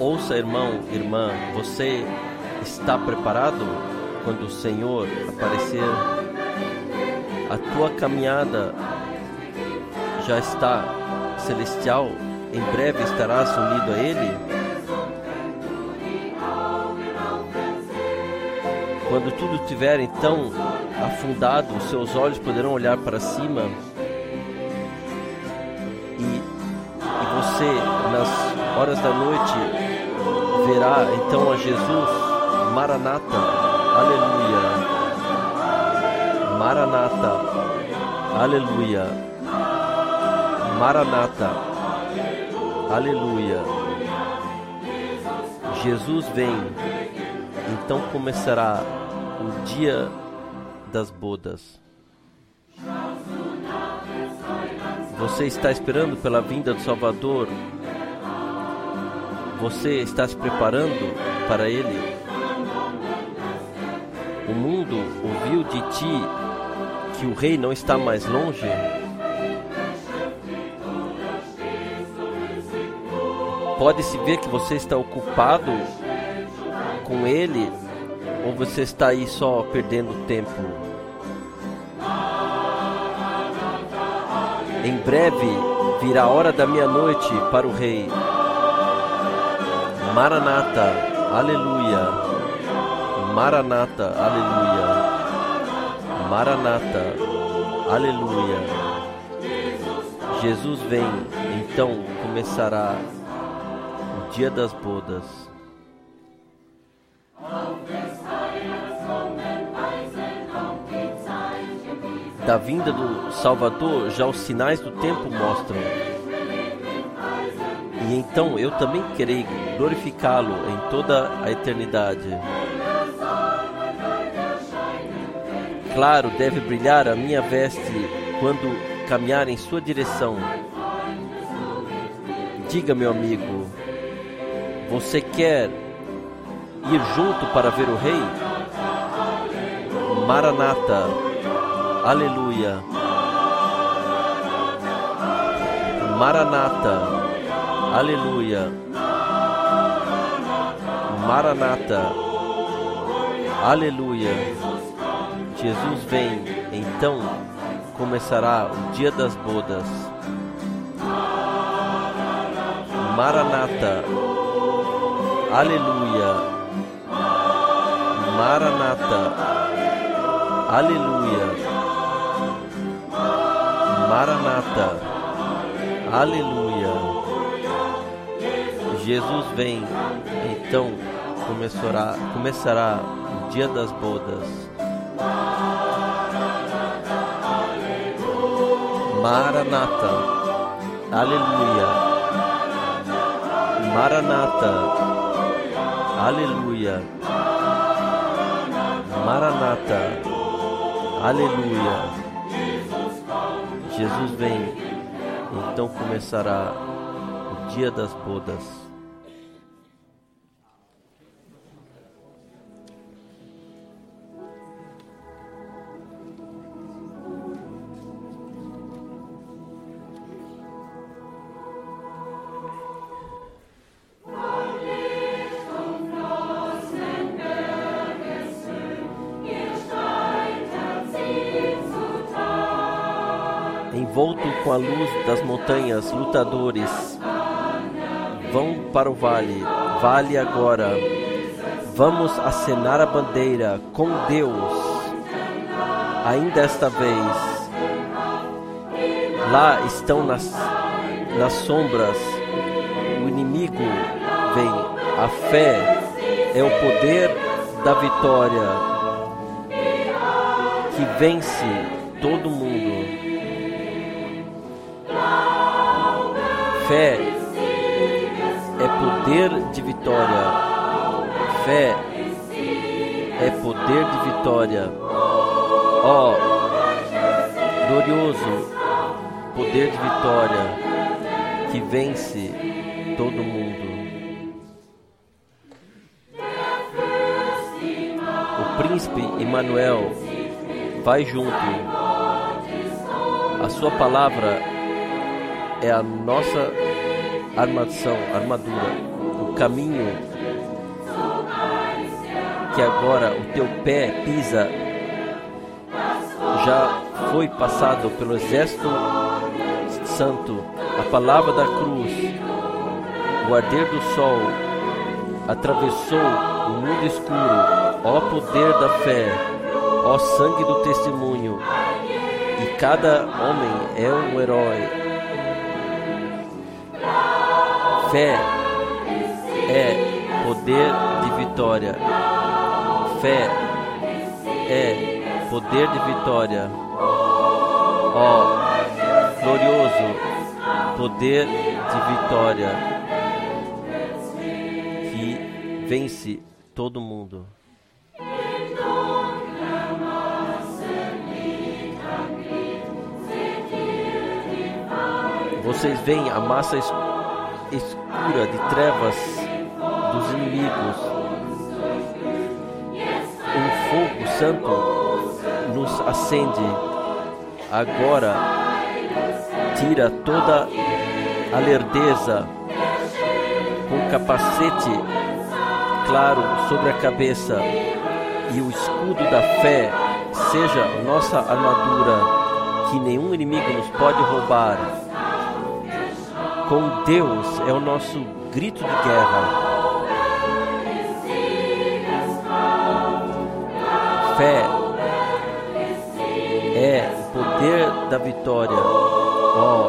Ouça, irmão, irmã, você está preparado quando o Senhor aparecer? A tua caminhada já está celestial? Em breve estarás unido a Ele? Quando tudo estiver então afundado, os seus olhos poderão olhar para cima e você, nas horas da noite, verá então a Jesus. Maranata, aleluia. Maranata, aleluia. Maranata, aleluia. Jesus vem, então começará o dia das bodas. Você está esperando pela vinda do Salvador? Você está se preparando para Ele? O mundo ouviu de ti que o Rei não está mais longe? Pode-se ver que você está ocupado com Ele, ou você está aí só perdendo tempo? Em breve virá a hora da meia-noite para o Rei. Maranata, aleluia. Maranata, aleluia. Maranata, aleluia. Jesus vem, então começará o dia das bodas. Da vinda do Salvador, já os sinais do tempo mostram. E então eu também querei glorificá-lo em toda a eternidade. Claro, deve brilhar a minha veste quando caminhar em sua direção. Diga, meu amigo, você quer ir junto para ver o Rei? Maranata, aleluia. Maranata, aleluia. Maranata, aleluia. Jesus vem, então começará o dia das bodas. Maranata, aleluia. Maranata, aleluia. Maranata, aleluia. Jesus vem, então começará o dia das bodas. Maranata, aleluia. Maranata, aleluia. Maranata, aleluia. Jesus vem, então começará o dia das bodas. Envolto com a luz das montanhas, lutadores vão para o vale. Vale agora. Vamos acenar a bandeira com Deus. Ainda esta vez. Lá estão nas sombras. O inimigo vem. A fé é o poder da vitória que vence todo mundo. Fé é poder de vitória. Fé é poder de vitória. Ó, glorioso poder de vitória que vence todo mundo. O príncipe Emmanuel vai junto. A sua palavra é a nossa armadura. O o caminho que agora o teu pé pisa já foi passado pelo exército santo. A palavra da cruz, o arder do sol, atravessou o mundo escuro. Ó poder da fé, ó sangue do testemunho, e cada homem é um herói. Fé é poder de vitória. Fé é poder de vitória. Ó glorioso poder de vitória que vence todo mundo. Vocês veem a massa escura de trevas dos inimigos. Um fogo santo nos acende. Agora tira toda a lerdeza, com capacete claro sobre a cabeça, e o escudo da fé seja nossa armadura, que nenhum inimigo nos pode roubar. Com Deus é o nosso grito de guerra. Fé é o poder da vitória. Ó,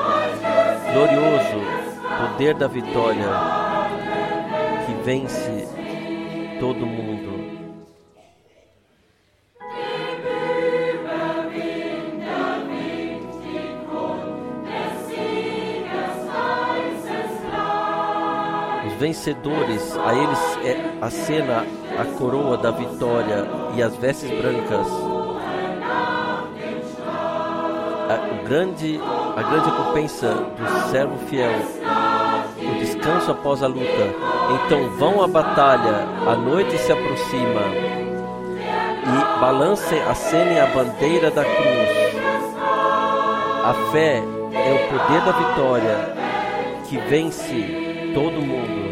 glorioso poder da vitória que vence todo mundo. Os vencedores, a eles acena a coroa da vitória e as vestes brancas. A grande recompensa do servo fiel, o descanso após a luta. Então vão à batalha, a noite se aproxima, e balancem, acenem a bandeira da cruz. A fé é o poder da vitória que vence todo mundo.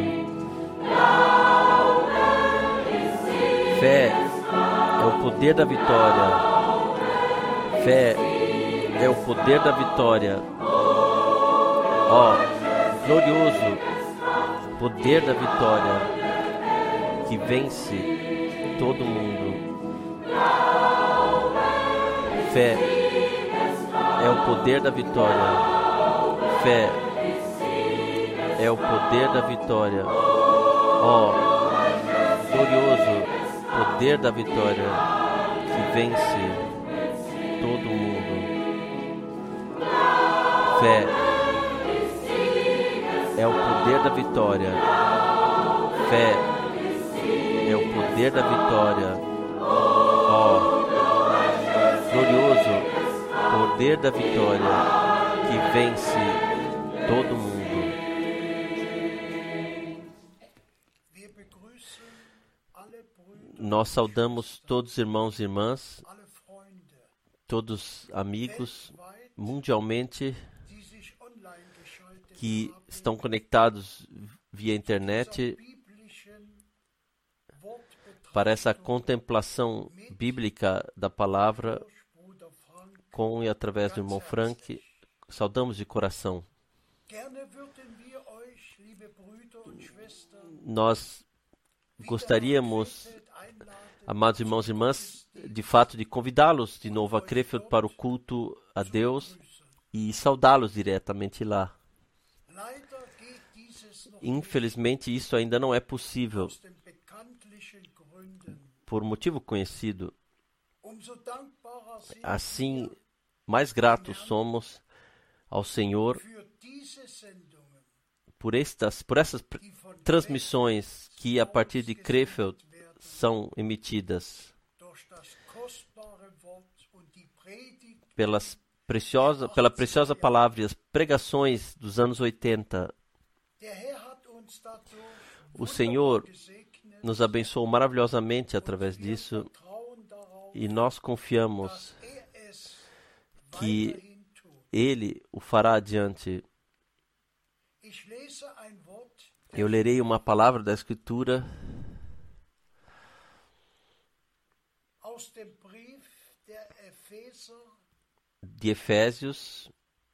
Fé é o poder da vitória. Fé é o poder da vitória. Ó, glorioso poder da vitória que vence todo mundo. Fé é o poder da vitória. Fé é o poder da vitória. Ó, glorioso poder da vitória que vence todo mundo. Fé é o poder da vitória. Fé é o poder da vitória. Ó, glorioso poder da vitória que vence todo mundo. Nós saudamos todos os irmãos e irmãs, todos amigos mundialmente que estão conectados via internet para essa contemplação bíblica da palavra com e através do irmão Frank. Saudamos de coração. Nós gostaríamos, amados irmãos e irmãs, de fato de convidá-los de novo a Krefeld para o culto a Deus e saudá-los diretamente lá. Infelizmente, isso ainda não é possível, por motivo conhecido. Assim, mais gratos somos ao Senhor por essas transmissões que, a partir de Krefeld, são emitidas pela preciosa palavra e as pregações dos anos 80. O Senhor nos abençoou maravilhosamente através disso e nós confiamos que Ele o fará adiante. Eu lerei uma palavra da Escritura de Efésios,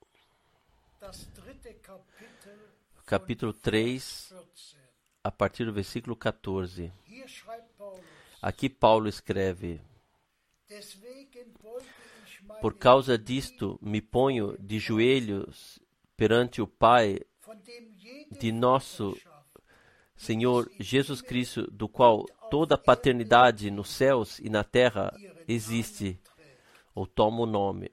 capítulo 3, a partir do versículo 14. Aqui Paulo escreve: Por causa disto me ponho de joelhos perante o Pai de nosso Senhor Jesus Cristo, do qual toda paternidade nos céus e na terra existe, ou toma o nome,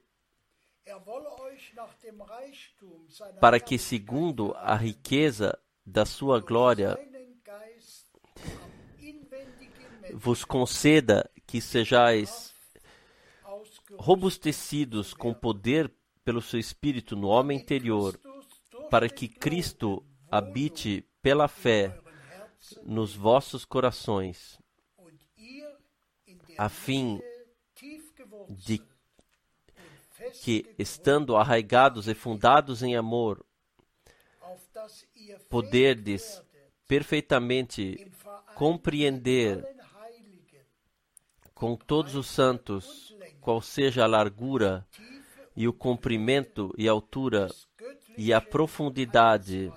para que, segundo a riqueza da sua glória, vos conceda que sejais robustecidos com poder pelo seu Espírito no homem interior, para que Cristo habite pela fé nos vossos corações, a fim de que, estando arraigados e fundados em amor, poderdes perfeitamente compreender com todos os santos qual seja a largura e o comprimento e a altura e a profundidade,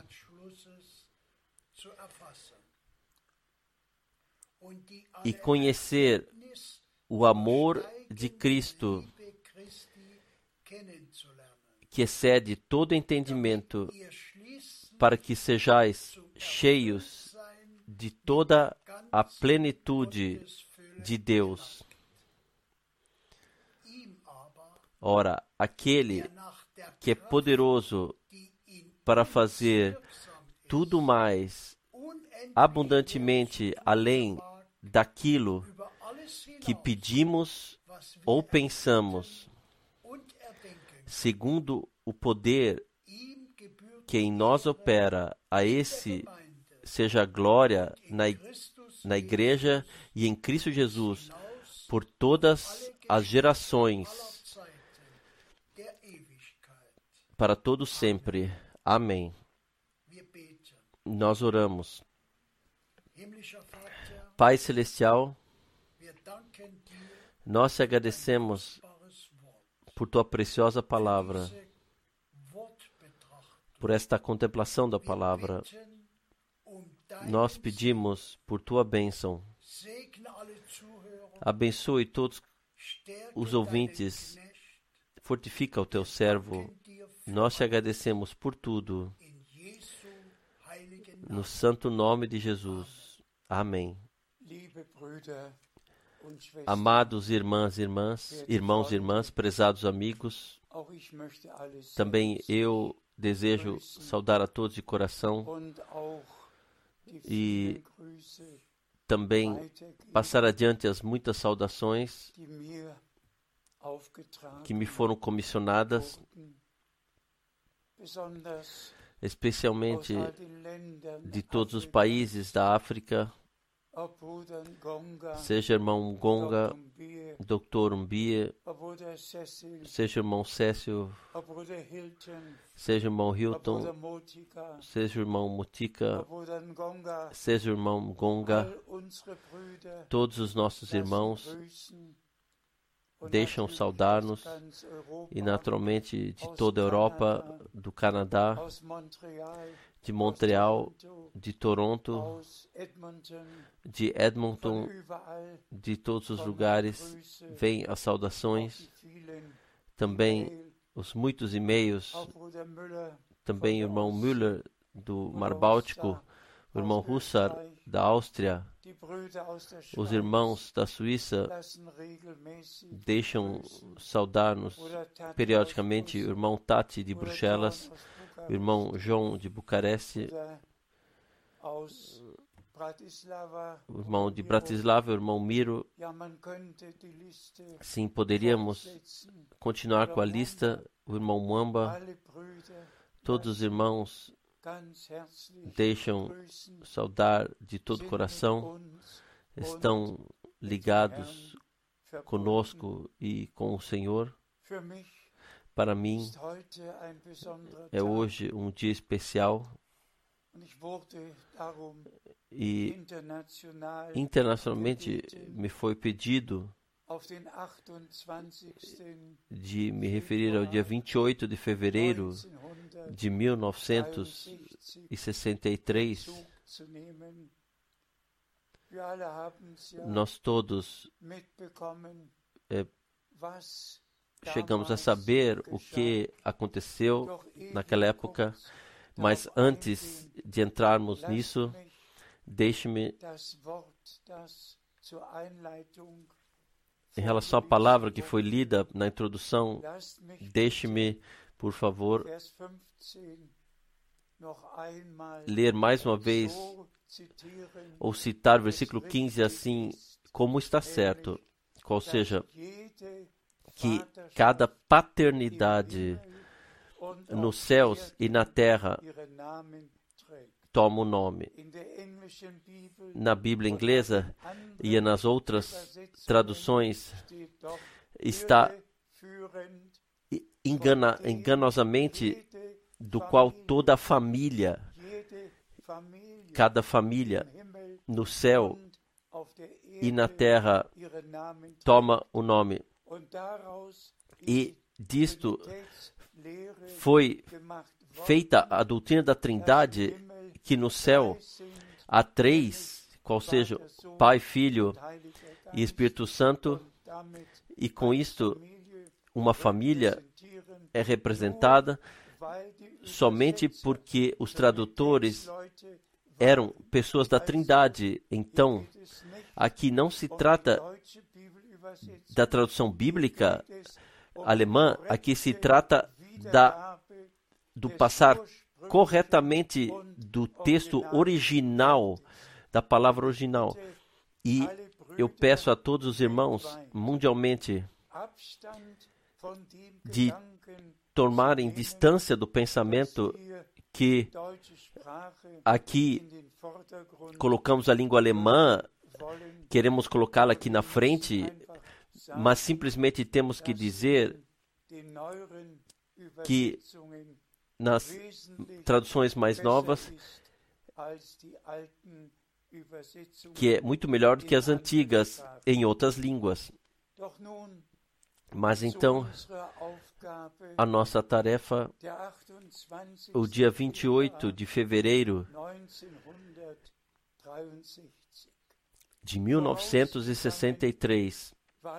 e conhecer o amor de Cristo, que excede todo entendimento, para que sejais cheios de toda a plenitude de Deus. Ora, aquele que é poderoso para fazer tudo mais abundantemente além daquilo que pedimos ou pensamos, segundo o poder que em nós opera, a esse seja a glória na Igreja e em Cristo Jesus, por todas as gerações, para todo sempre. Amém. Nós oramos. Pai Celestial, nós te agradecemos por tua preciosa palavra, por esta contemplação da palavra. Nós pedimos por tua bênção. Abençoe todos os ouvintes. Fortifica o teu servo. Nós te agradecemos por tudo. No santo nome de Jesus. Amém. Amados irmãos e irmãs, prezados amigos, também eu desejo saudar a todos de coração e também passar adiante as muitas saudações que me foram comissionadas, especialmente de todos os países da África, seja irmão Gonga, Dr. Umbie, seja irmão Cécio, seja irmão Hilton, seja irmão Mutika, seja irmão Gonga, todos os nossos irmãos deixam saudar-nos, e naturalmente de toda a Europa, do Canadá, de Montreal, de Toronto, de Edmonton, de todos os lugares, vêm as saudações, também os muitos e-mails, também o irmão Müller, do Mar Báltico, o irmão Hussar, da Áustria, os irmãos da Suíça deixam saudar-nos periodicamente, o irmão Tati, de Bruxelas, o irmão João, de Bucareste, o irmão de Bratislava, o irmão Miro. Sim, poderíamos continuar com a lista, o irmão Mwamba. Todos os irmãos deixam saudar de todo o coração, estão ligados conosco e com o Senhor. Para mim, é hoje um dia especial. E internacionalmente me foi pedido de me referir ao dia 28 de fevereiro de 1963. Nós todos chegamos a saber o que aconteceu naquela época, mas antes de entrarmos nisso, deixe-me, em relação à palavra que foi lida na introdução, deixe-me, por favor, ler mais uma vez ou citar o versículo 15 assim, como está certo, qual seja, que cada paternidade nos céus e na terra toma o nome. Na Bíblia inglesa e nas outras traduções está enganosamente do qual toda a família, cada família no céu e na terra toma o nome. E disto foi feita a doutrina da Trindade, que no céu há três, qual seja Pai, Filho e Espírito Santo, e com isto uma família é representada somente porque os tradutores eram pessoas da Trindade. Então, aqui não se trata da tradução bíblica alemã, aqui se trata do passar corretamente do texto original, da palavra original. E eu peço a todos os irmãos mundialmente de tomarem distância do pensamento que aqui colocamos a língua alemã, queremos colocá-la aqui na frente, mas simplesmente temos que dizer que nas traduções mais novas, que é muito melhor do que as antigas em outras línguas. Mas então, a nossa tarefa, o dia 28 de fevereiro de 1963.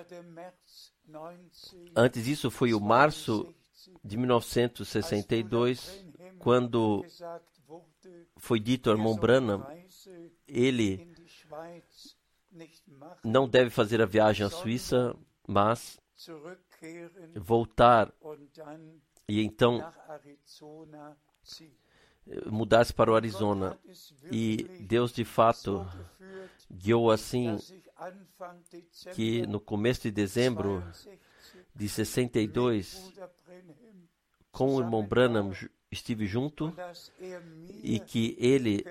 Antes disso foi o março de 1962, quando foi dito ao irmão Branham, ele não deve fazer a viagem à Suíça, mas voltar e então mudar-se para o Arizona. E Deus de fato guiou assim que no começo de dezembro de 62, com o irmão Branham estive junto e que ele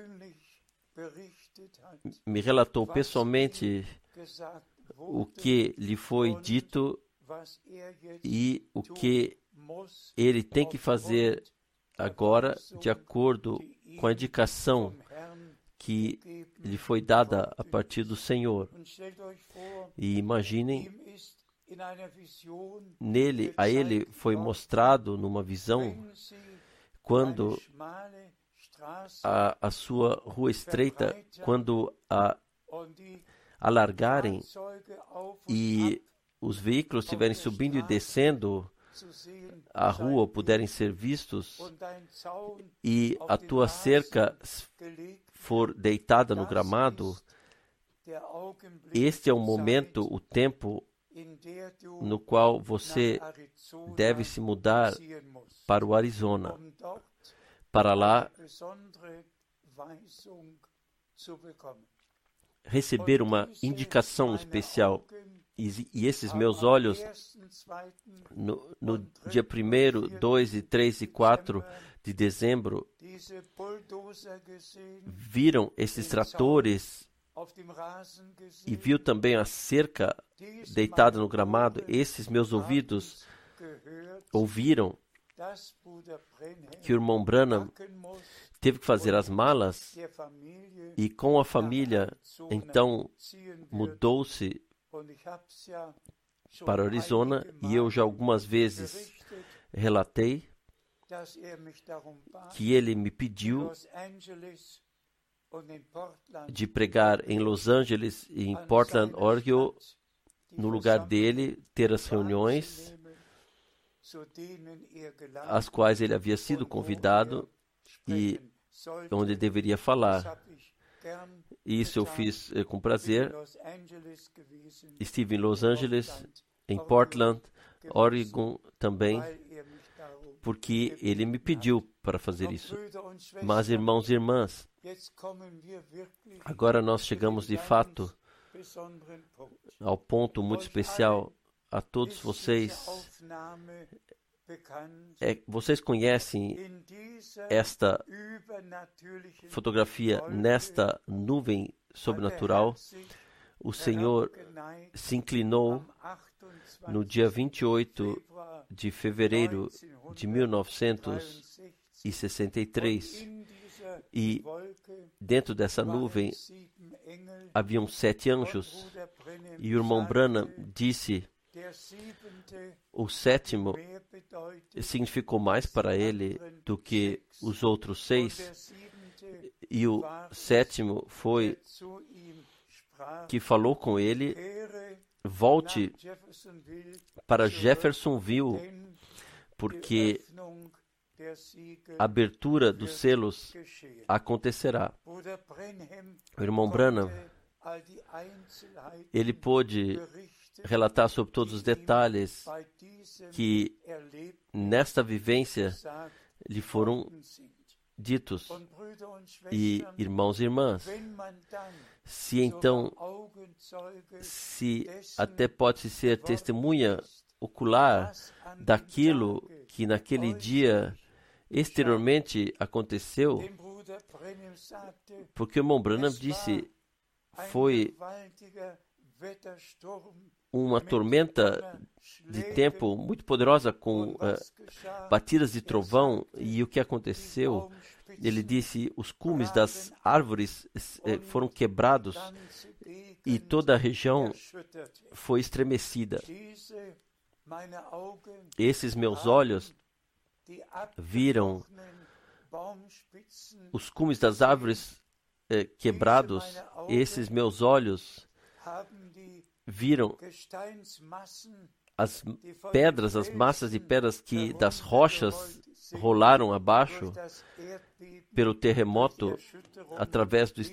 me relatou pessoalmente o que lhe foi dito e o que ele tem que fazer agora de acordo com a indicação que lhe foi dada a partir do Senhor. E imaginem, a ele foi mostrado numa visão quando a sua rua estreita, quando a alargarem e os veículos estiverem subindo e descendo a rua, puderem ser vistos, e a tua cerca for deitada no gramado, este é o momento, o tempo no qual você deve se mudar para o Arizona, para lá receber uma indicação especial. E esses meus olhos, no dia 1º, 2 e 3 e 4 de dezembro, viram esses tratores e viu também a cerca deitada no gramado. Esses meus ouvidos ouviram que o irmão Branham teve que fazer as malas e com a família, então mudou-se para Arizona, e eu já algumas vezes relatei que ele me pediu de pregar em Los Angeles e em Portland, Oregon, no lugar dele, ter as reuniões às quais ele havia sido convidado e onde ele deveria falar. Isso eu fiz com prazer. Estive em Los Angeles, em Portland, Oregon também, porque ele me pediu para fazer isso. Mas, irmãos e irmãs, agora nós chegamos de fato ao ponto muito especial. A todos vocês, vocês conhecem esta fotografia nesta nuvem sobrenatural. O Senhor se inclinou no dia 28 de fevereiro de 1963 e dentro dessa nuvem haviam 7 anjos, e o irmão Branham disse: o 7º significou mais para ele do que os outros 6, e o 7º foi que falou com ele: volte para Jeffersonville, porque a abertura dos selos acontecerá. O irmão Branham, ele pôde relatar sobre todos os detalhes que nesta vivência lhe foram ditos. E, irmãos e irmãs, se até pode ser testemunha ocular daquilo que naquele dia exteriormente aconteceu, porque o irmão Branham disse, foi uma tormenta de tempo muito poderosa com batidas de trovão, e o que aconteceu? Ele disse, os cumes das árvores foram quebrados e toda a região foi estremecida. Esses meus olhos viram os cumes das árvores quebrados. Esses meus olhos viram as pedras, as massas de pedras que das rochas rolaram abaixo pelo terremoto, através do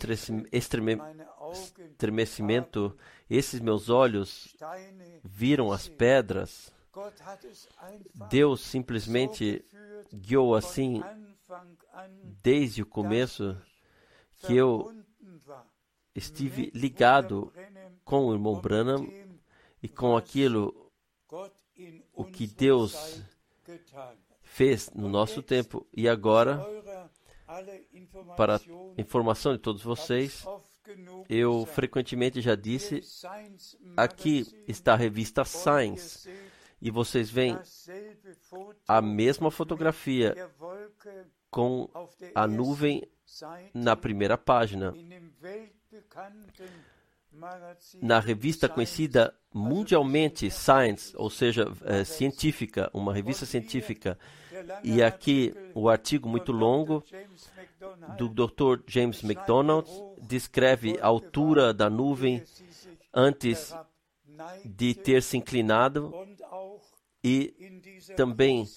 estremecimento. Esses meus olhos viram as pedras. Deus simplesmente guiou assim desde o começo, que eu estive ligado com o irmão Branham e com aquilo o que Deus fez no nosso tempo. E agora, para informação de todos vocês, eu frequentemente já disse, aqui está a revista Science, e vocês veem a mesma fotografia com a nuvem na primeira página. Na revista conhecida mundialmente Science, ou seja, científica, uma revista científica. E aqui o artigo muito longo do Dr. James McDonald descreve a altura da nuvem antes de ter se inclinado, e também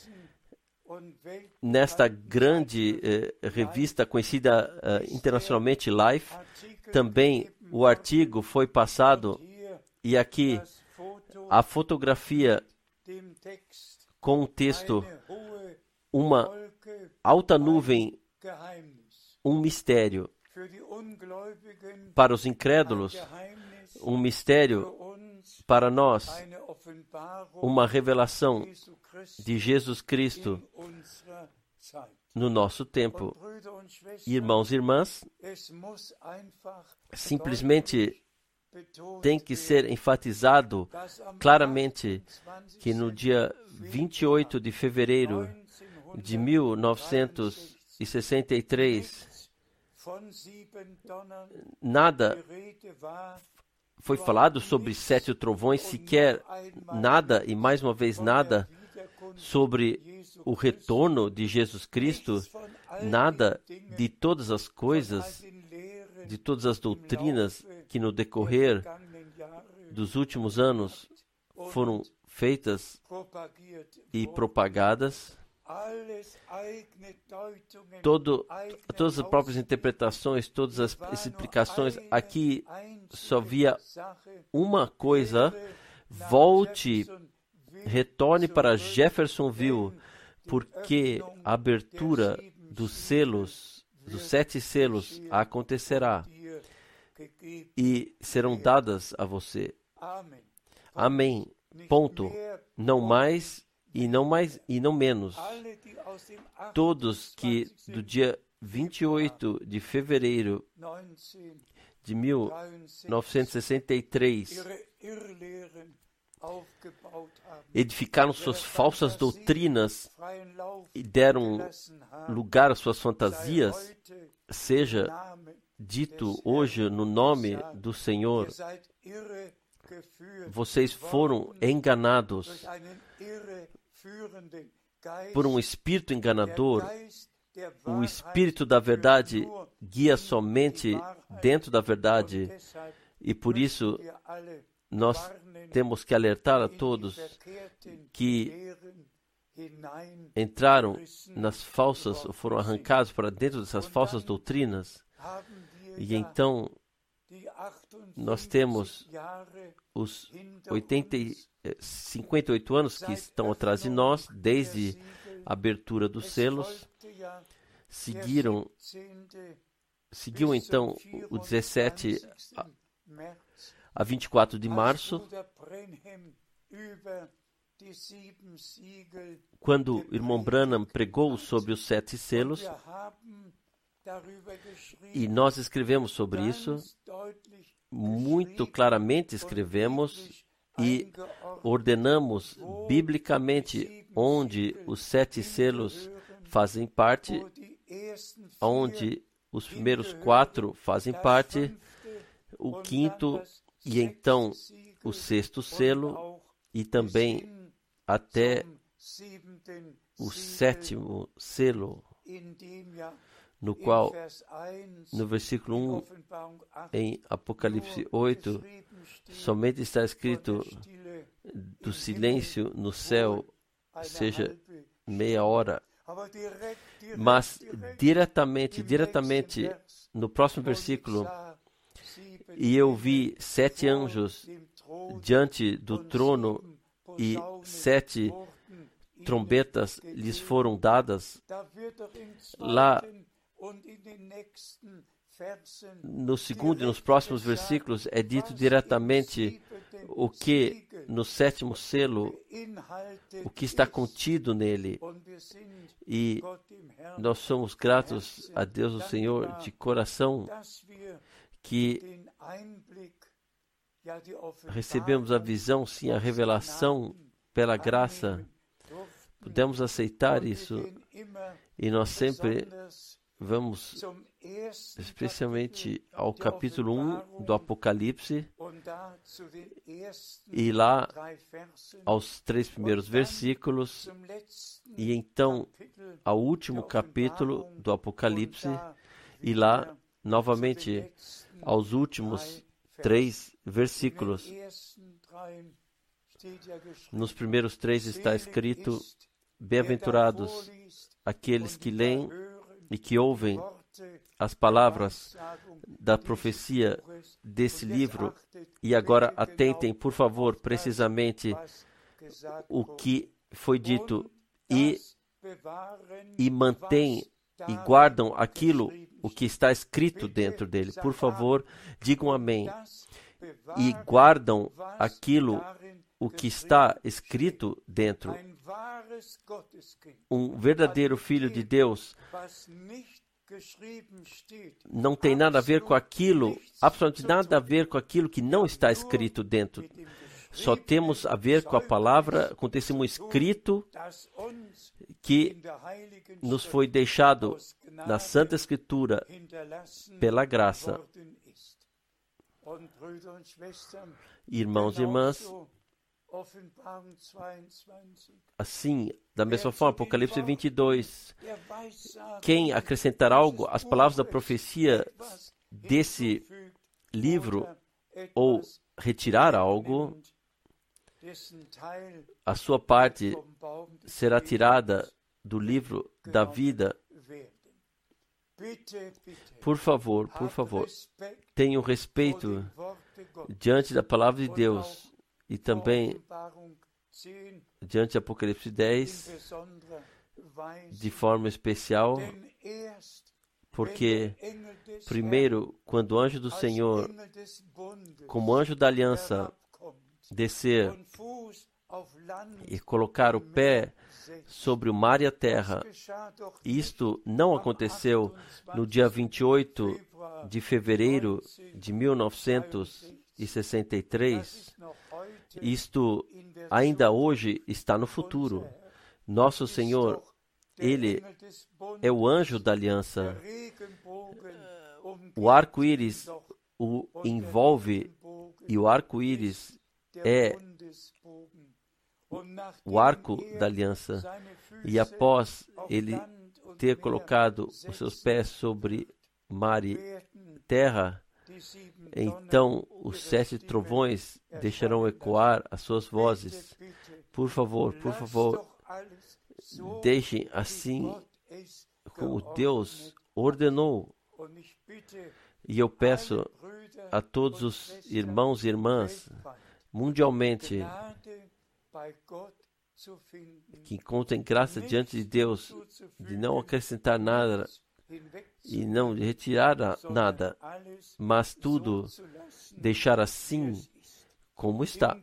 nesta grande revista conhecida internacionalmente Life, também o artigo foi passado, e aqui a fotografia com o texto, uma alta nuvem, um mistério. Para os incrédulos, um mistério; para nós, uma revelação de Jesus Cristo no nosso tempo. Irmãos e irmãs, simplesmente tem que ser enfatizado claramente que no dia 28 de fevereiro de 1963, 1963, nada foi falado sobre 7 trovões, sequer nada, e mais uma vez nada, sobre o retorno de Jesus Cristo, nada de todas as coisas, de todas as doutrinas que no decorrer dos últimos anos foram feitas e propagadas. Todas as próprias interpretações, todas as explicações, aqui só via uma coisa: retorne para Jeffersonville, porque a abertura dos selos, dos 7 selos, acontecerá e serão dadas a você. Amém. Ponto. Não mais e não menos. Todos que do dia 28 de fevereiro de 1963 edificaram suas falsas doutrinas e deram lugar às suas fantasias, seja dito hoje no nome do Senhor: vocês foram enganados por um espírito enganador. O espírito da verdade guia somente dentro da verdade, e por isso nós temos que alertar a todos que entraram nas falsas, ou foram arrancados para dentro dessas falsas doutrinas. E então nós temos os 58 anos que estão atrás de nós, desde a abertura dos selos. Seguiu então o 17 a 24 de março, quando o irmão Branham pregou sobre os 7 selos, e nós escrevemos sobre isso, muito claramente escrevemos e ordenamos biblicamente onde os 7 selos fazem parte, onde os primeiros 4 fazem parte, o 5º e então o 6º selo, e também até o 7º selo, no qual, no versículo 1, em Apocalipse 8, somente está escrito: do silêncio no céu seja meia hora. Mas diretamente no próximo versículo: e eu vi 7 anjos diante do trono, e 7 trombetas lhes foram dadas. Lá no 2º e nos próximos versículos é dito diretamente o que no 7º selo, o que está contido nele. E nós somos gratos a Deus, o Senhor, de coração, que recebemos a visão, sim, a revelação pela graça. Podemos aceitar isso, e nós sempre vamos especialmente ao capítulo 1 do Apocalipse, e lá aos 3 primeiros versículos, e então ao último capítulo do Apocalipse, e lá novamente aos últimos 3 versículos. Nos primeiros 3 está escrito: bem-aventurados aqueles que leem e que ouvem as palavras da profecia desse livro. E agora atentem, por favor, precisamente o que foi dito, e mantêm e guardam aquilo, o que está escrito dentro dele. Por favor, digam amém. E guardam aquilo, o que está escrito dentro. Um verdadeiro filho de Deus não tem nada a ver com aquilo, absolutamente nada a ver com aquilo que não está escrito dentro. só temos a ver com a palavra, com o testemunho escrito que nos foi deixado na Santa Escritura pela graça. Irmãos e irmãs, assim, da mesma forma, Apocalipse 22, quem acrescentar algo às palavras da profecia desse livro ou retirar algo, a sua parte será tirada do livro da vida. Por favor, tenham respeito diante da palavra de Deus e também diante de Apocalipse 10, de forma especial, porque primeiro, quando o anjo do Senhor, como anjo da aliança, descer e colocar o pé sobre o mar e a terra, isto não aconteceu no dia 28 de fevereiro de 1963. Isto ainda hoje está no futuro. Nosso Senhor, Ele é o anjo da aliança. O arco-íris o envolve e o arco-íris é o arco da aliança. E após ele ter colocado os seus pés sobre mar e terra, então os 7 trovões deixarão ecoar as suas vozes. Por favor, deixem assim como Deus ordenou. E eu peço a todos os irmãos e irmãs, mundialmente, que encontrem graça diante de Deus, de não acrescentar nada e não retirar nada, mas tudo deixar assim como está.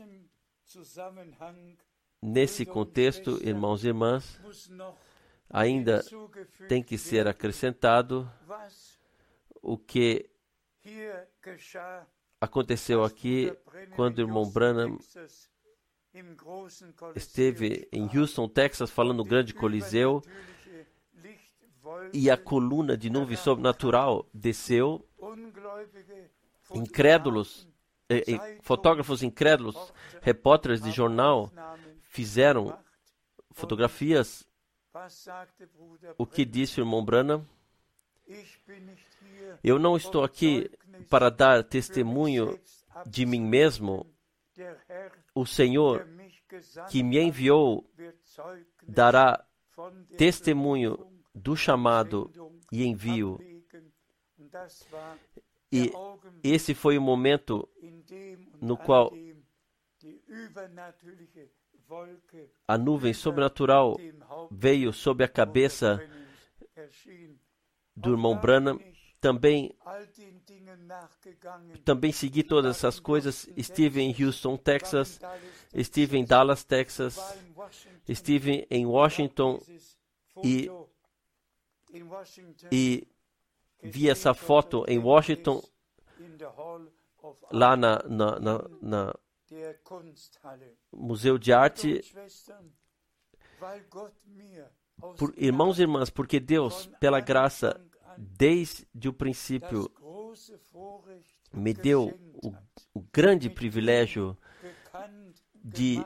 Nesse contexto, irmãos e irmãs, ainda tem que ser acrescentado o que aconteceu aqui quando o irmão Branham esteve em Houston, Texas, falando no grande coliseu, e a coluna de nuvem sobrenatural desceu. Incrédulos, fotógrafos incrédulos, repórteres de jornal fizeram fotografias. O que disse o irmão Branham? Eu não estou aqui para dar testemunho de mim mesmo. O Senhor que me enviou dará testemunho do chamado e envio. E esse foi o momento no qual a nuvem sobrenatural veio sobre a cabeça do irmão Branham. Também segui todas essas coisas. Estive em Houston, Texas. Estive em Dallas, Texas. Estive em Washington e vi essa foto em Washington, lá na Museu de Arte. Irmãos e irmãs, porque Deus, pela graça, desde o princípio, me deu o grande privilégio de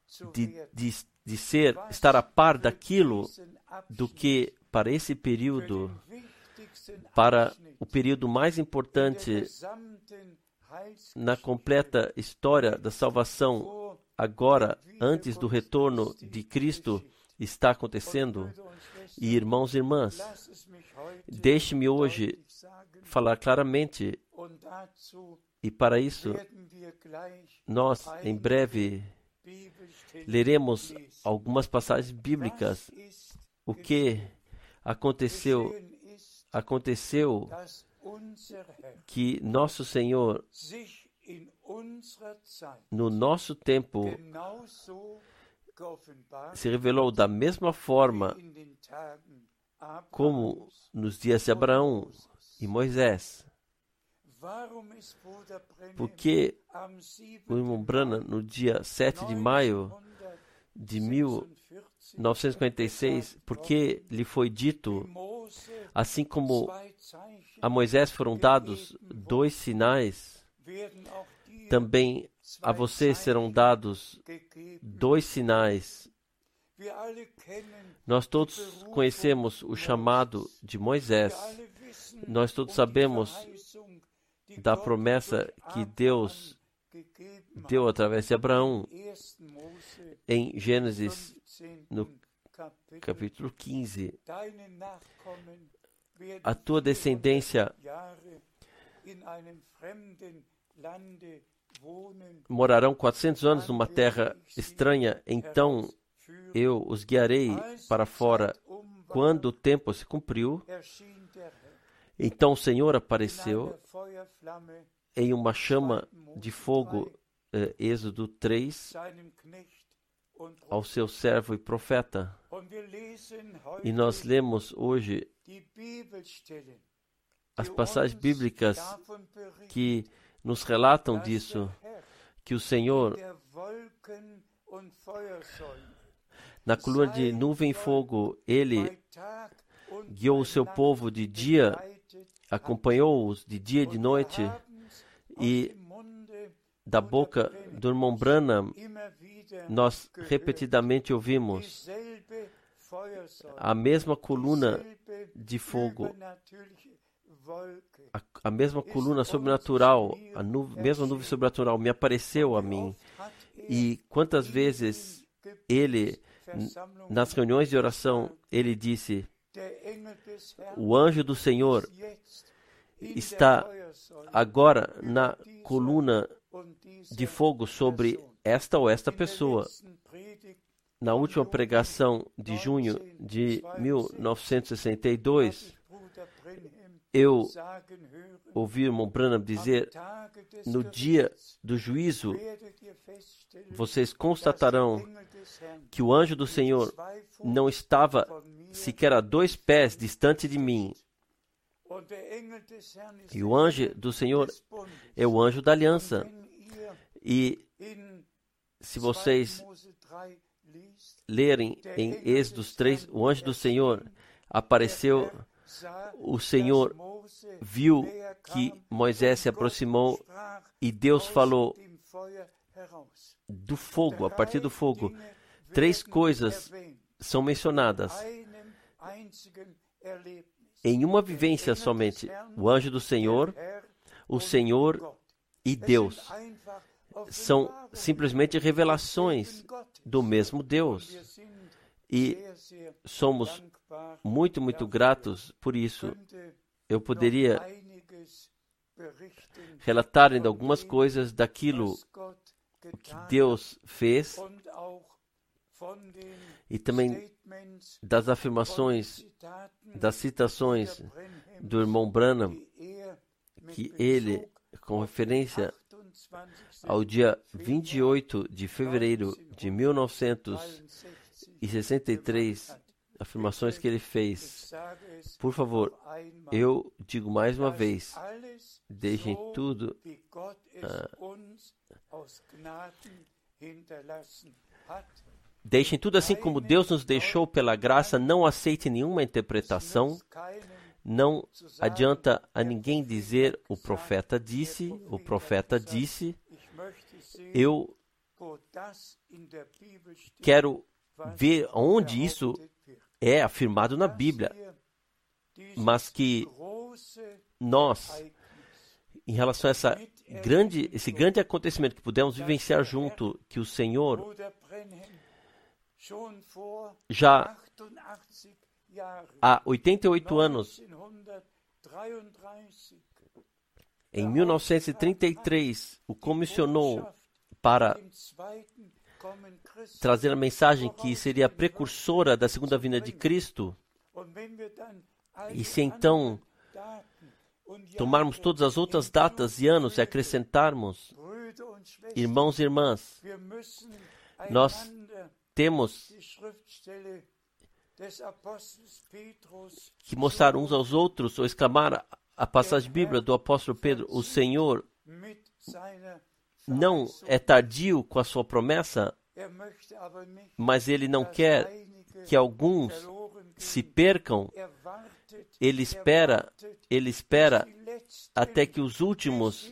estar a par daquilo do que para esse período, para o período mais importante na completa história da salvação, agora, antes do retorno de Cristo, está acontecendo. E irmãos e irmãs, deixe-me hoje falar claramente, e para isso nós em breve leremos algumas passagens bíblicas. O que aconteceu que nosso Senhor, no nosso tempo, se revelou da mesma forma como nos dias de Abraão e Moisés. Por que o irmão Branham, no dia 7 de maio de 1946, porque lhe foi dito, assim como a Moisés foram dados 2 sinais, também a vocês serão dados 2 sinais. Nós todos conhecemos o chamado de Moisés. Nós todos sabemos da promessa que Deus deu através de Abraão em Gênesis, no capítulo 15. A tua descendência morarão 400 anos numa terra estranha, então eu os guiarei para fora. Quando o tempo se cumpriu, então o Senhor apareceu em uma chama de fogo, Êxodo 3, ao seu servo e profeta. E nós lemos hoje as passagens bíblicas que nos relatam disso, que o Senhor, na coluna de nuvem e fogo, Ele guiou o seu povo de dia, acompanhou-os de dia e de noite, e da boca do irmão Branham, nós repetidamente ouvimos a mesma coluna de fogo, a mesma coluna sobrenatural, mesma nuvem sobrenatural me apareceu a mim. E quantas vezes Ele, nas reuniões de oração, Ele disse: o anjo do Senhor está agora na coluna de fogo sobre esta ou esta pessoa. Na última pregação de junho de 1962, eu ouvi o irmão Branham dizer: no dia do juízo, vocês constatarão que o anjo do Senhor não estava sequer a 2 pés distante de mim. E o anjo do Senhor é o anjo da aliança. E se vocês lerem em Êxodo 3, o anjo do Senhor apareceu, o Senhor viu que Moisés se aproximou e Deus falou do fogo, a partir do fogo. 3 coisas são mencionadas em uma vivência somente: o anjo do Senhor, o Senhor e Deus. São simplesmente revelações do mesmo Deus. E somos muito, muito gratos por isso. Eu poderia relatar ainda algumas coisas daquilo que Deus fez e também das afirmações, das citações do irmão Branham, que ele, com referência ao dia 28 de fevereiro de 1963, afirmações que ele fez. Por favor, eu digo mais uma vez, deixem tudo assim como Deus nos deixou pela graça. Não aceite nenhuma interpretação. Não adianta a ninguém dizer: o profeta disse, o profeta disse. Eu quero ver onde isso é afirmado na Bíblia, mas que nós, em relação a esse grande acontecimento que pudemos vivenciar junto, que o Senhor já há 88 anos, em 1933, o comissionou para trazer a mensagem que seria a precursora da segunda vinda de Cristo. E se então tomarmos todas as outras datas e anos e acrescentarmos, irmãos e irmãs, nós temos que mostrar uns aos outros ou exclamar a passagem bíblica do apóstolo Pedro, o Senhor não é tardio com a sua promessa, mas Ele não quer que alguns se percam. Ele espera até que os últimos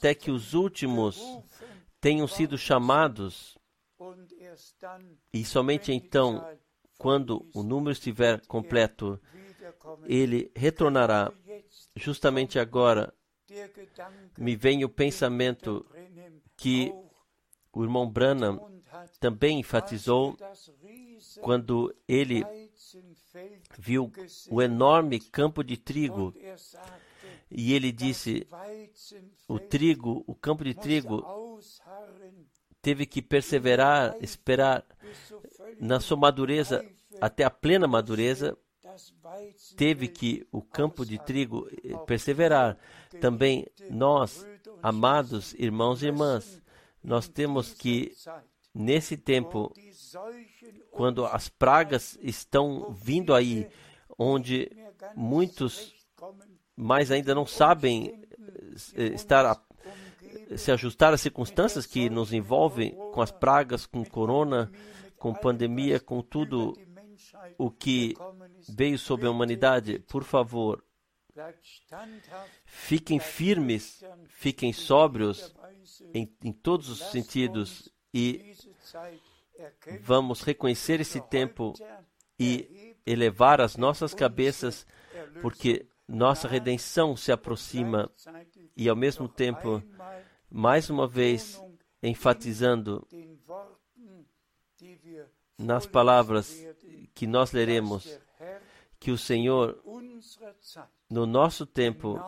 tenham sido chamados, e somente então, quando o número estiver completo, Ele retornará. Justamente agora, me vem o pensamento que o irmão Branham também enfatizou quando ele viu o enorme campo de trigo, e ele disse: o campo de trigo teve que perseverar, esperar na sua madureza até a plena madureza. Teve que o campo de trigo perseverar. Também nós, amados irmãos e irmãs, nós temos que, nesse tempo, quando as pragas estão vindo aí, onde muitos mais ainda não sabem se ajustar às circunstâncias que nos envolvem, com as pragas, com corona, com pandemia, com tudo o que veio sobre a humanidade. Por favor, fiquem firmes, fiquem sóbrios em todos os sentidos, e vamos reconhecer esse tempo e elevar as nossas cabeças, porque nossa redenção se aproxima. E ao mesmo tempo, mais uma vez, enfatizando nas palavras que nós leremos, que o Senhor, no nosso tempo,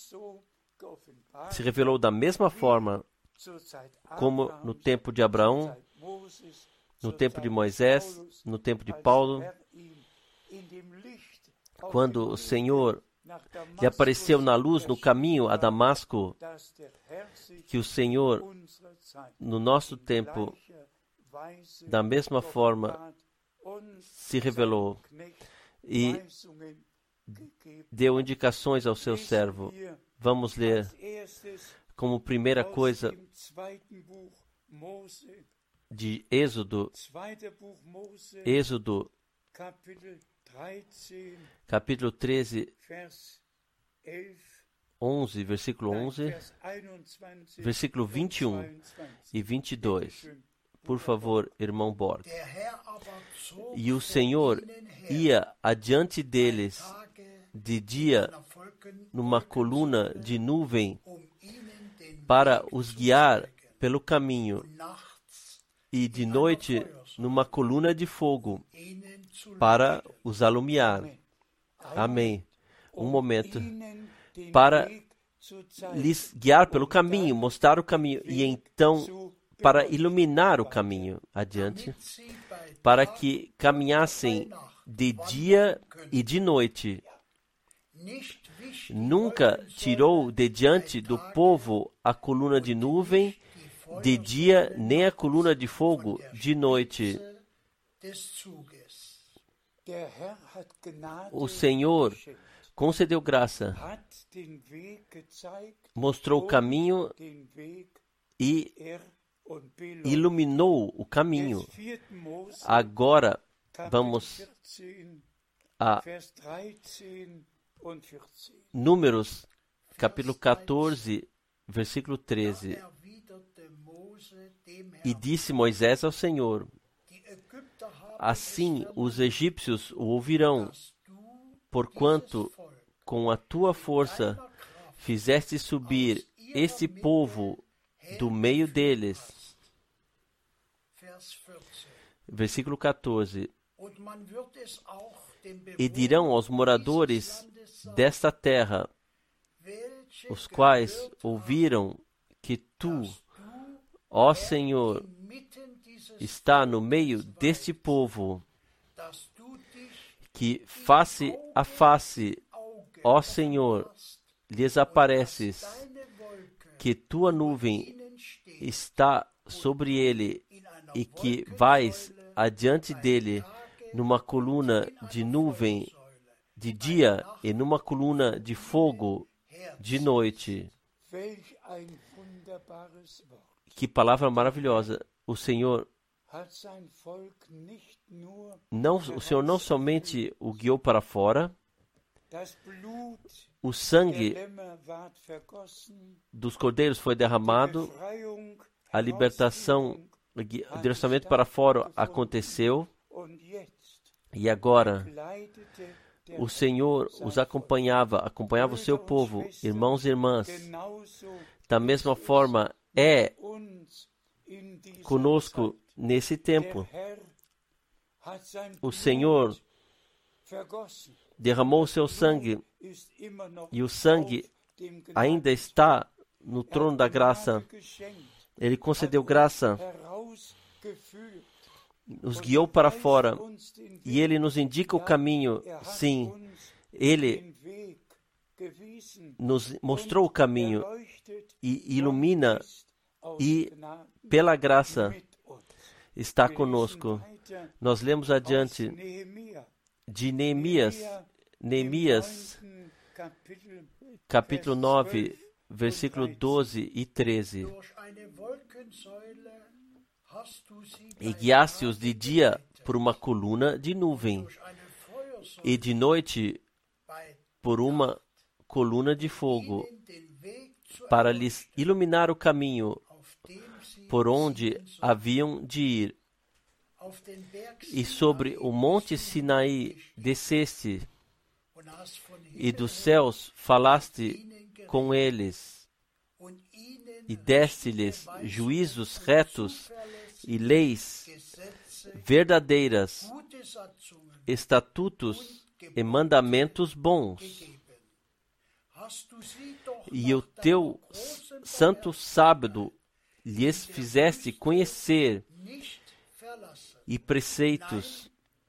se revelou da mesma forma como no tempo de Abraão, no tempo de Moisés, no tempo de Paulo, quando o Senhor lhe apareceu na luz no caminho a Damasco, que o Senhor, no nosso tempo, da mesma forma, se revelou e deu indicações ao seu servo. Vamos ler como primeira coisa de Êxodo, capítulo 13, 11, versículo 11, versículo 21 e 22. Por favor, irmão Borg. E o Senhor ia adiante deles de dia numa coluna de nuvem para os guiar pelo caminho, e de noite numa coluna de fogo para os alumiar. Amém. Um momento. Para lhes guiar pelo caminho, mostrar o caminho, e então para iluminar o caminho adiante, para que caminhassem de dia e de noite. Nunca tirou de diante do povo a coluna de nuvem de dia, nem a coluna de fogo de noite. O Senhor concedeu graça, mostrou o caminho e iluminou o caminho. Agora vamos a Números, capítulo 14, versículo 13. E disse Moisés ao Senhor: assim os egípcios o ouvirão, porquanto com a tua força fizeste subir este povo do meio deles. Versículo 14. E dirão aos moradores desta terra, os quais ouviram que tu, ó Senhor, está no meio deste povo, que face a face, ó Senhor, lhes apareces, que tua nuvem está sobre ele e que vais adiante dele numa coluna de nuvem de dia e numa coluna de fogo de noite. Que palavra maravilhosa. O Senhor não somente o guiou para fora, o sangue dos cordeiros foi derramado, a libertação, o direcionamento para fora aconteceu, e agora o Senhor os acompanhava o seu povo, irmãos e irmãs. Da mesma forma, é conosco nesse tempo. O Senhor derramou o seu sangue, e o sangue ainda está no trono da graça. Ele concedeu graça, nos guiou para fora, e Ele nos indica o caminho. Sim, Ele nos mostrou o caminho e ilumina, e pela graça está conosco. Nós lemos adiante de Neemias, capítulo 9, versículo 12 e 13. E guiaste-os de dia por uma coluna de nuvem, e de noite por uma coluna de fogo, para lhes iluminar o caminho por onde haviam de ir. E sobre o monte Sinaí desceste, e dos céus falaste com eles, e deste-lhes juízos retos e leis verdadeiras, estatutos e mandamentos bons. E o teu santo sábado lhes fizeste conhecer, e preceitos.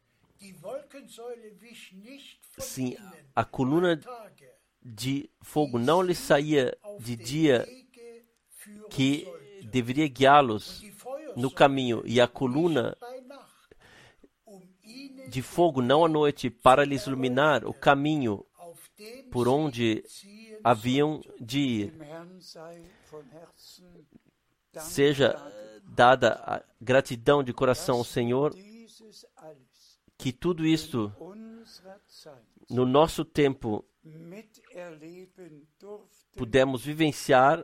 Sim, a coluna de fogo não lhes saía de dia, que deveria guiá-los no caminho, e a coluna de fogo não à noite, para lhes iluminar o caminho por onde haviam de ir. Seja dada a gratidão de coração ao Senhor, que tudo isto no nosso tempo pudemos vivenciar.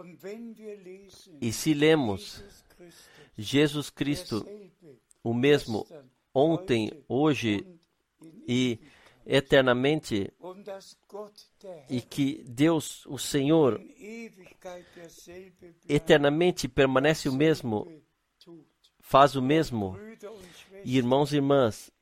E se lemos Jesus Cristo, o mesmo ontem, hoje e eternamente, e que Deus, o Senhor, eternamente permanece o mesmo, faz o mesmo. E irmãos e irmãs,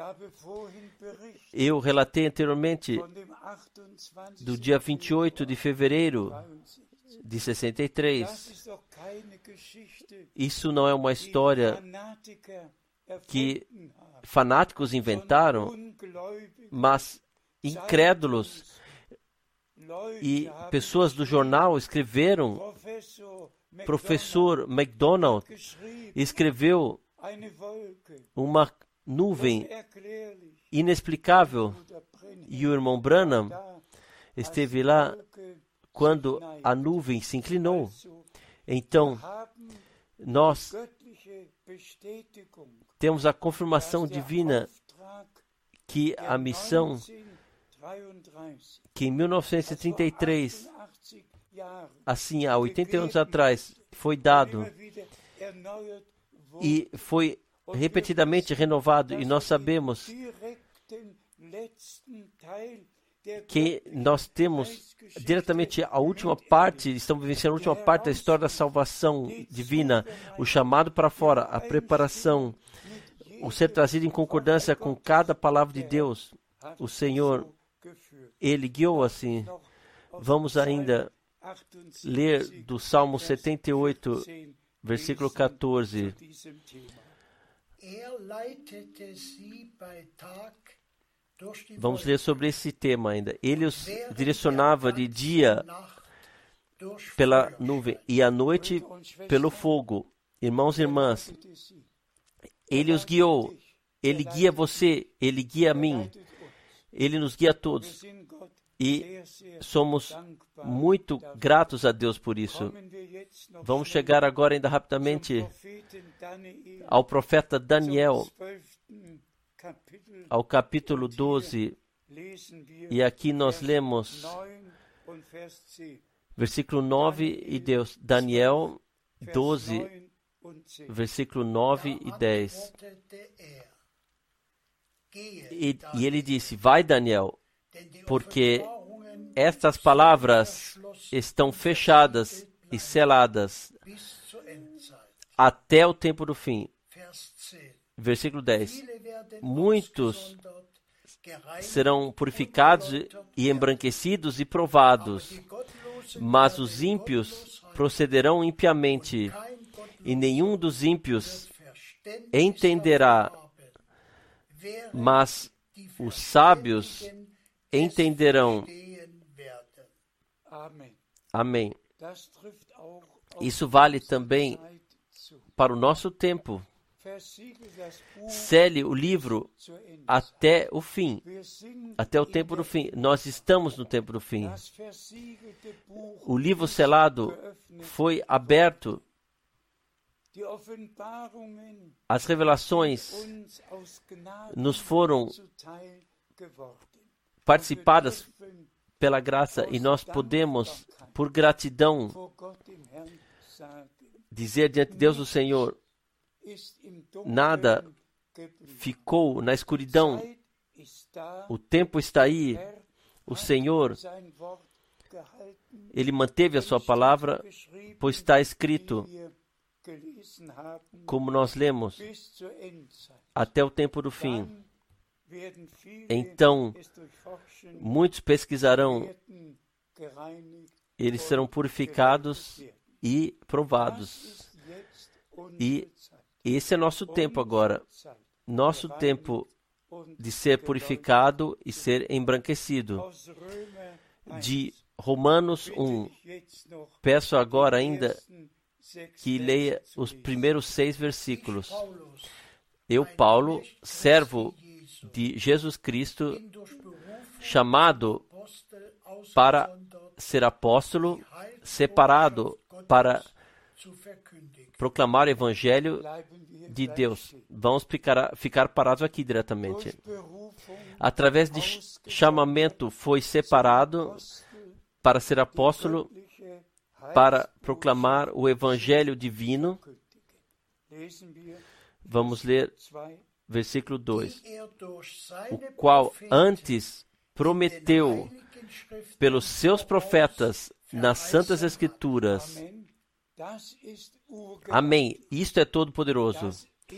eu relatei anteriormente do dia 28 de fevereiro de 63. Isso não é uma história que fanáticos inventaram, mas incrédulos e pessoas do jornal escreveram. Professor MacDonald escreveu uma nuvem inexplicável, e o irmão Branham esteve lá quando a nuvem se inclinou. Então, nós temos a confirmação divina que a missão que em 1933, assim há 80 anos atrás, foi dado e foi repetidamente renovado, e nós sabemos que nós temos diretamente a última parte, estamos vivenciando a última parte da história da salvação divina, o chamado para fora, a preparação, o ser trazido em concordância com cada palavra de Deus. O Senhor, Ele guiou assim. Vamos ainda ler do Salmo 78, versículo 14. Vamos ler sobre esse tema ainda. Ele os direcionava de dia pela nuvem e à noite pelo fogo. Irmãos e irmãs, Ele os guiou. Ele guia você, Ele guia a mim. Ele nos guia a todos. E somos muito gratos a Deus por isso. Vamos chegar agora ainda rapidamente ao profeta Daniel, ao capítulo 12. E aqui nós lemos versículo 9 e 10. Daniel 12, versículo 9 e 10. E ele disse: vai, Daniel, porque estas palavras estão fechadas e seladas até o tempo do fim. Versículo 10. Muitos serão purificados e embranquecidos e provados, mas os ímpios procederão impiamente, e nenhum dos ímpios entenderá, mas os sábios entenderão. Amém. Isso vale também para o nosso tempo. Sele o livro até o fim, até o tempo do fim. Nós estamos no tempo do fim. O livro selado foi aberto. As revelações nos foram participadas pela graça e nós podemos, por gratidão, dizer diante de Deus o Senhor: nada ficou na escuridão, o tempo está aí, o Senhor, Ele manteve a sua palavra, pois está escrito, como nós lemos, até o tempo do fim. Então, muitos pesquisarão, eles serão purificados e provados. E esse é nosso tempo agora. Nosso tempo de ser purificado e ser embranquecido. De Romanos 1. Peço agora ainda que leia os primeiros 6 versículos. Eu, Paulo, servo de Jesus Cristo, chamado para ser apóstolo, separado para proclamar o Evangelho de Deus. Vamos ficar parados aqui diretamente. Através de chamamento foi separado para ser apóstolo, para proclamar o Evangelho divino. Vamos ler versículo 2. O qual antes prometeu pelos seus profetas nas Santas Escrituras. Amém. Isto é todo poderoso.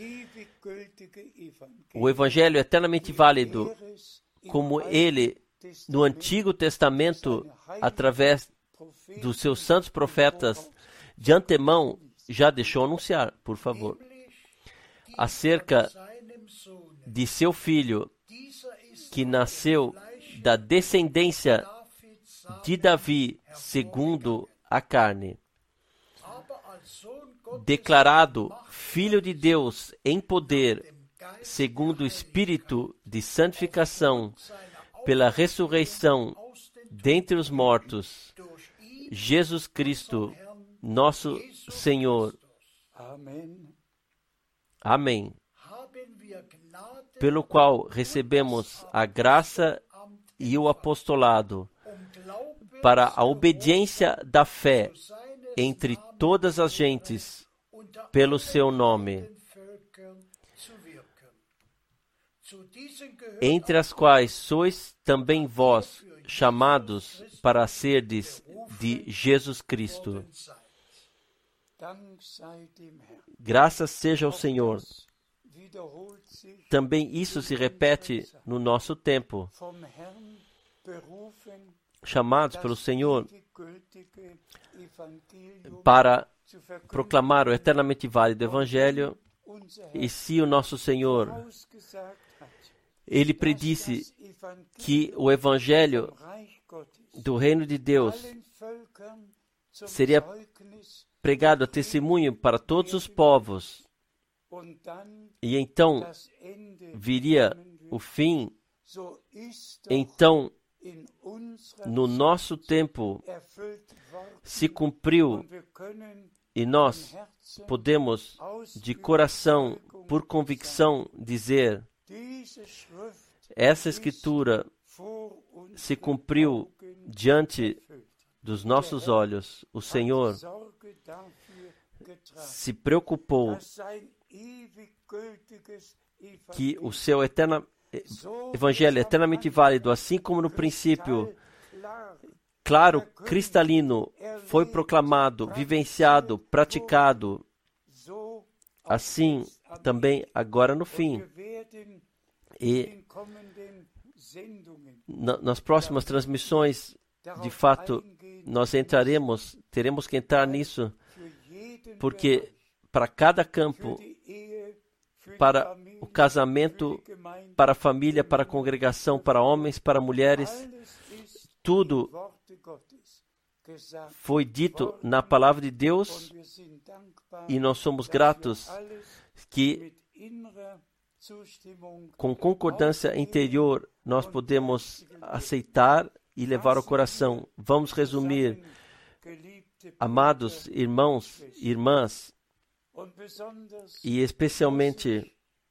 O Evangelho é eternamente válido, como ele, no Antigo Testamento, através dos seus santos profetas, de antemão, já deixou anunciar, por favor, acerca de seu filho, que nasceu da descendência de Davi, segundo a carne, declarado Filho de Deus em poder, segundo o Espírito de santificação, pela ressurreição dentre os mortos, Jesus Cristo, nosso Senhor. Amém. Pelo qual recebemos a graça e o apostolado para a obediência da fé entre todas as gentes, pelo seu nome, entre as quais sois também vós chamados para serdes de Jesus Cristo. Graças seja ao Senhor. Também isso se repete no nosso tempo. Chamados pelo Senhor para proclamar o eternamente válido Evangelho. E se o nosso Senhor, Ele predisse que o Evangelho do Reino de Deus seria pregado a testemunho para todos os povos, e então viria o fim, então no nosso tempo se cumpriu e nós podemos, de coração, por convicção, dizer: essa Escritura se cumpriu diante dos nossos olhos. O Senhor se preocupou que o seu Evangelho é eternamente válido, assim como no princípio, claro, cristalino, foi proclamado, vivenciado, praticado, assim também agora no fim. E nas próximas transmissões, de fato, nós teremos que entrar nisso, porque para cada campo, para o casamento, para a família, para a congregação, para homens, para mulheres, tudo foi dito na palavra de Deus e nós somos gratos que, com concordância interior, nós podemos aceitar e levar ao coração. Vamos resumir, amados irmãos e irmãs, e especialmente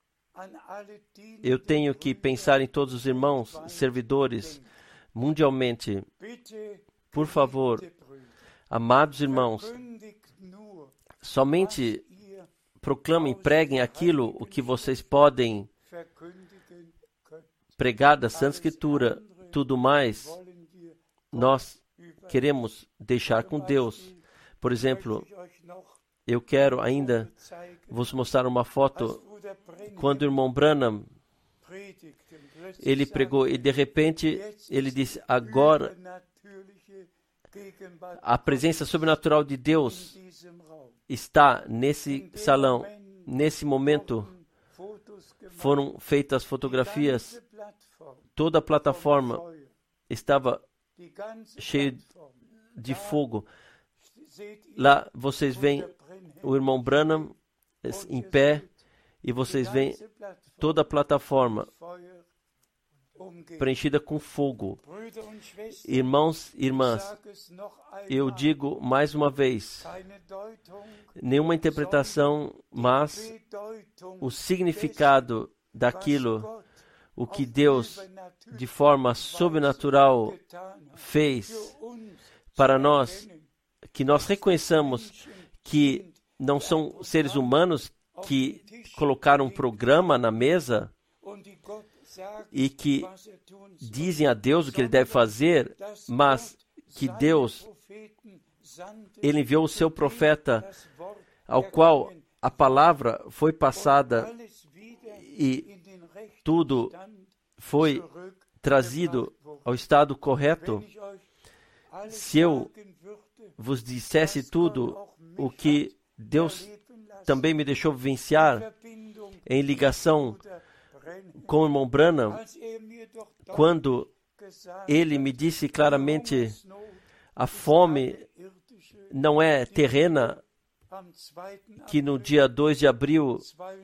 eu tenho que pensar em todos os irmãos, servidores, mundialmente. Por favor, amados irmãos, somente proclamem, preguem aquilo o que vocês podem pregar da Santa Escritura. Tudo mais, nós queremos deixar com Deus. Por exemplo, eu quero ainda vos mostrar uma foto quando o irmão Branham, ele pregou e de repente ele disse: agora a presença sobrenatural de Deus está nesse salão. Nesse momento foram feitas fotografias, toda a plataforma estava cheia de fogo. Lá vocês veem o irmão Branham em pé e vocês veem toda a plataforma preenchida com fogo. Irmãos e irmãs, eu digo mais uma vez, nenhuma interpretação, mas o significado daquilo, o que Deus, de forma sobrenatural, fez para nós, que nós reconheçamos que não são seres humanos que colocaram um programa na mesa e que dizem a Deus o que ele deve fazer, mas que Deus, ele enviou o seu profeta, ao qual a palavra foi passada e tudo foi trazido ao estado correto. Se eu vos dissesse tudo o que Deus também me deixou vivenciar em ligação com o irmão Branham, quando ele me disse claramente: a fome não é terrena, que no dia 2 de abril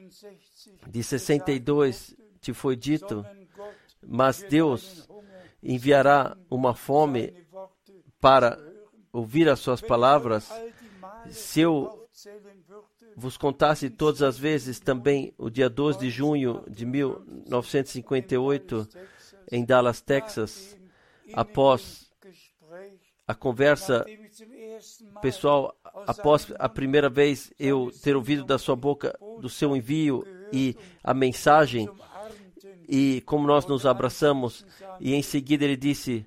de 62 te foi dito, mas Deus enviará uma fome para ouvir as suas palavras. Se eu vos contasse todas as vezes também o dia 12 de junho de 1958, em Dallas, Texas, após a conversa pessoal, após a primeira vez eu ter ouvido da sua boca do seu envio e a mensagem, e como nós nos abraçamos, e em seguida ele disse: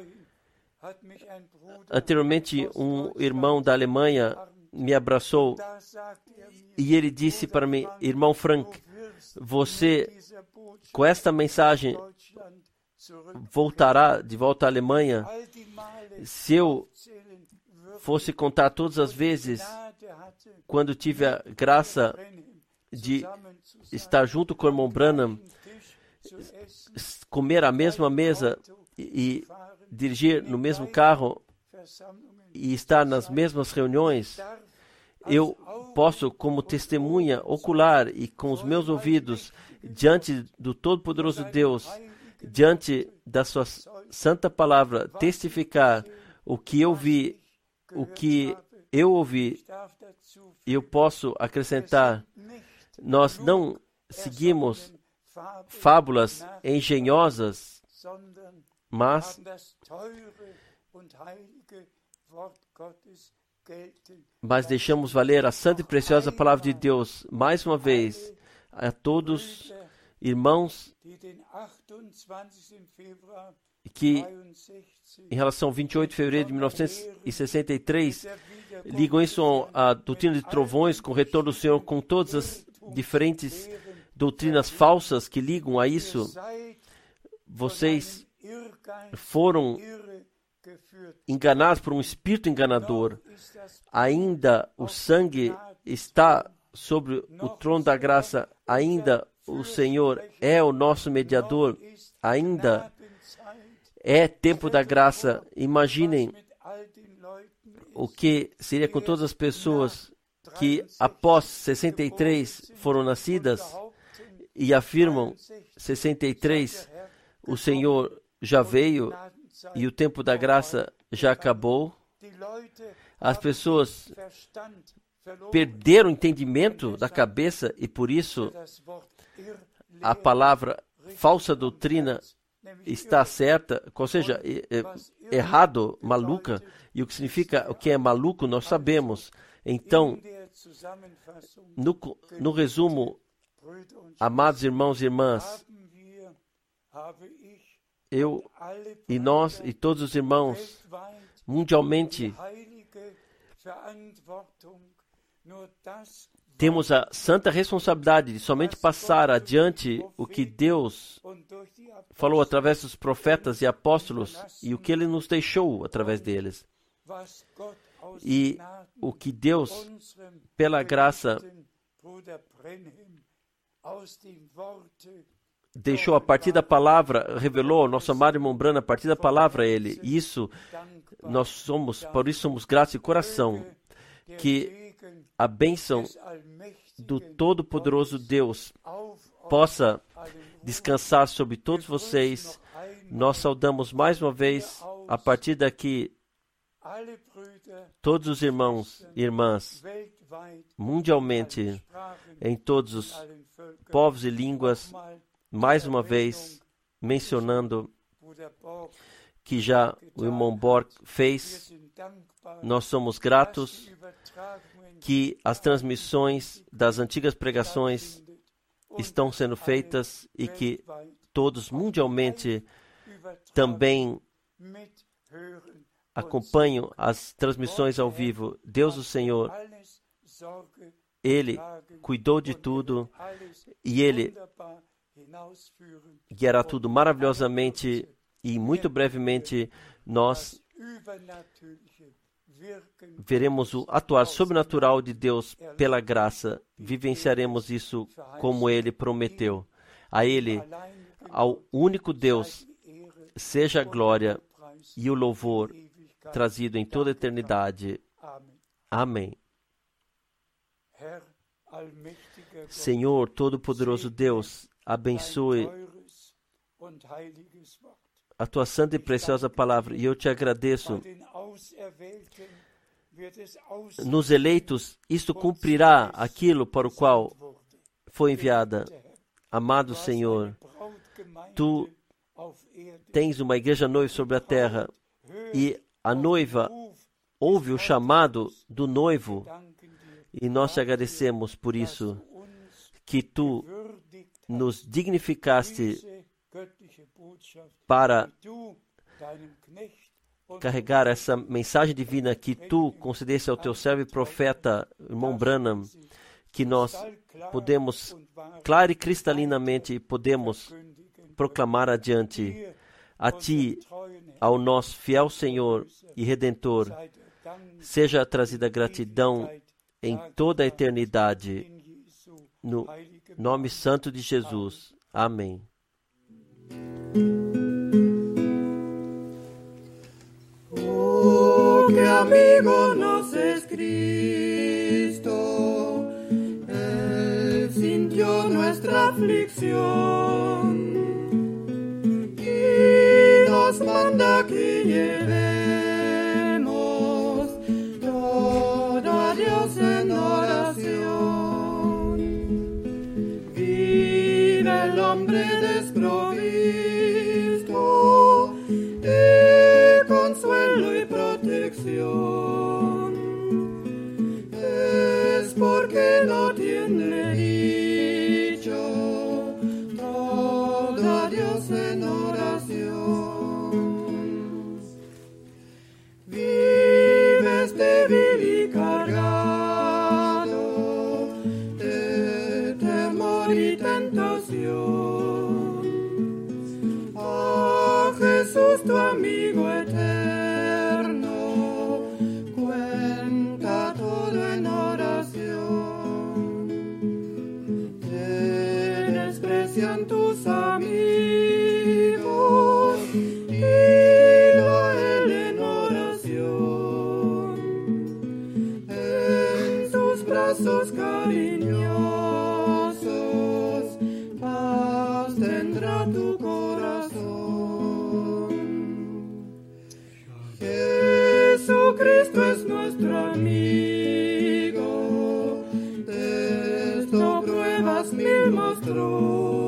anteriormente um irmão da Alemanha me abraçou e ele disse para mim: irmão Frank, você com esta mensagem voltará de volta à Alemanha. Se eu fosse contar todas as vezes quando tive a graça de estar junto com o irmão Branham, comer à mesma mesa e dirigir no mesmo carro e estar nas mesmas reuniões, eu posso, como testemunha ocular e com os meus ouvidos, diante do Todo-Poderoso Deus, diante das suas santa palavra testificar o que eu vi, o que eu ouvi, e eu posso acrescentar, nós não seguimos fábulas engenhosas, mas deixamos valer a santa e preciosa palavra de Deus. Mais uma vez, a todos irmãos que, em relação ao 28 de fevereiro de 1963, ligam isso à doutrina de trovões, com o retorno do Senhor, com todas as diferentes doutrinas falsas que ligam a isso. Vocês foram enganados por um espírito enganador. Ainda o sangue está sobre o trono da graça. Ainda o Senhor é o nosso mediador. Ainda é tempo da graça. Imaginem o que seria com todas as pessoas que após 63 foram nascidas e afirmam 63, o Senhor já veio e o tempo da graça já acabou. As pessoas perderam o entendimento da cabeça e por isso a palavra falsa doutrina está certa, ou seja, errado, maluca, e o que significa, o que é maluco, nós sabemos. Então, no resumo, amados irmãos e irmãs, eu e nós e todos os irmãos mundialmente temos a santa responsabilidade de somente passar adiante o que Deus falou através dos profetas e apóstolos e o que Ele nos deixou através deles. E o que Deus, pela graça, deixou a partir da palavra, revelou ao nosso amado irmão Branham a partir da palavra a Ele. Isso, por isso somos gratos de coração, que a bênção do Todo-Poderoso Deus possa descansar sobre todos vocês. Nós saudamos mais uma vez, a partir daqui, todos os irmãos e irmãs, mundialmente, em todos os povos e línguas, mais uma vez, mencionando que já o irmão Borg fez. Nós somos gratos que as transmissões das antigas pregações estão sendo feitas e que todos mundialmente também acompanham as transmissões ao vivo. Deus, o Senhor, Ele cuidou de tudo e Ele guiará tudo maravilhosamente e muito brevemente nós veremos o atuar sobrenatural de Deus pela graça. Vivenciaremos isso como Ele prometeu. A Ele, ao único Deus, seja a glória e o louvor trazido em toda a eternidade. Amém. Senhor Todo-Poderoso Deus, abençoe a Tua santa e preciosa palavra, e eu Te agradeço. Nos eleitos, isto cumprirá aquilo para o qual foi enviada. Amado Senhor, Tu tens uma igreja noiva sobre a terra, e a noiva ouve o chamado do noivo, e nós Te agradecemos por isso, que Tu nos dignificaste para carregar essa mensagem divina que Tu concedeste ao Teu servo e profeta, irmão Branham, que nós podemos, claro e cristalinamente, podemos proclamar adiante a Ti, ao nosso fiel Senhor e Redentor, seja trazida gratidão em toda a eternidade, no nome santo de Jesus. Amém. Oh, que amigo nos es Cristo, Él sintió nuestra aflicción y nos mandó tiene dicho, todo a Dios en oración. Vives débil y cargado de temor y tentación. A Jesús tu amigo eterno, cuenta todo en oración. Te desprecian tus amigos, dilo a él en oración. En sus brazos cariñosos, paz tendrá tu corazón. Jesucristo es nuestro amigo, de esto pruebas mil mostró.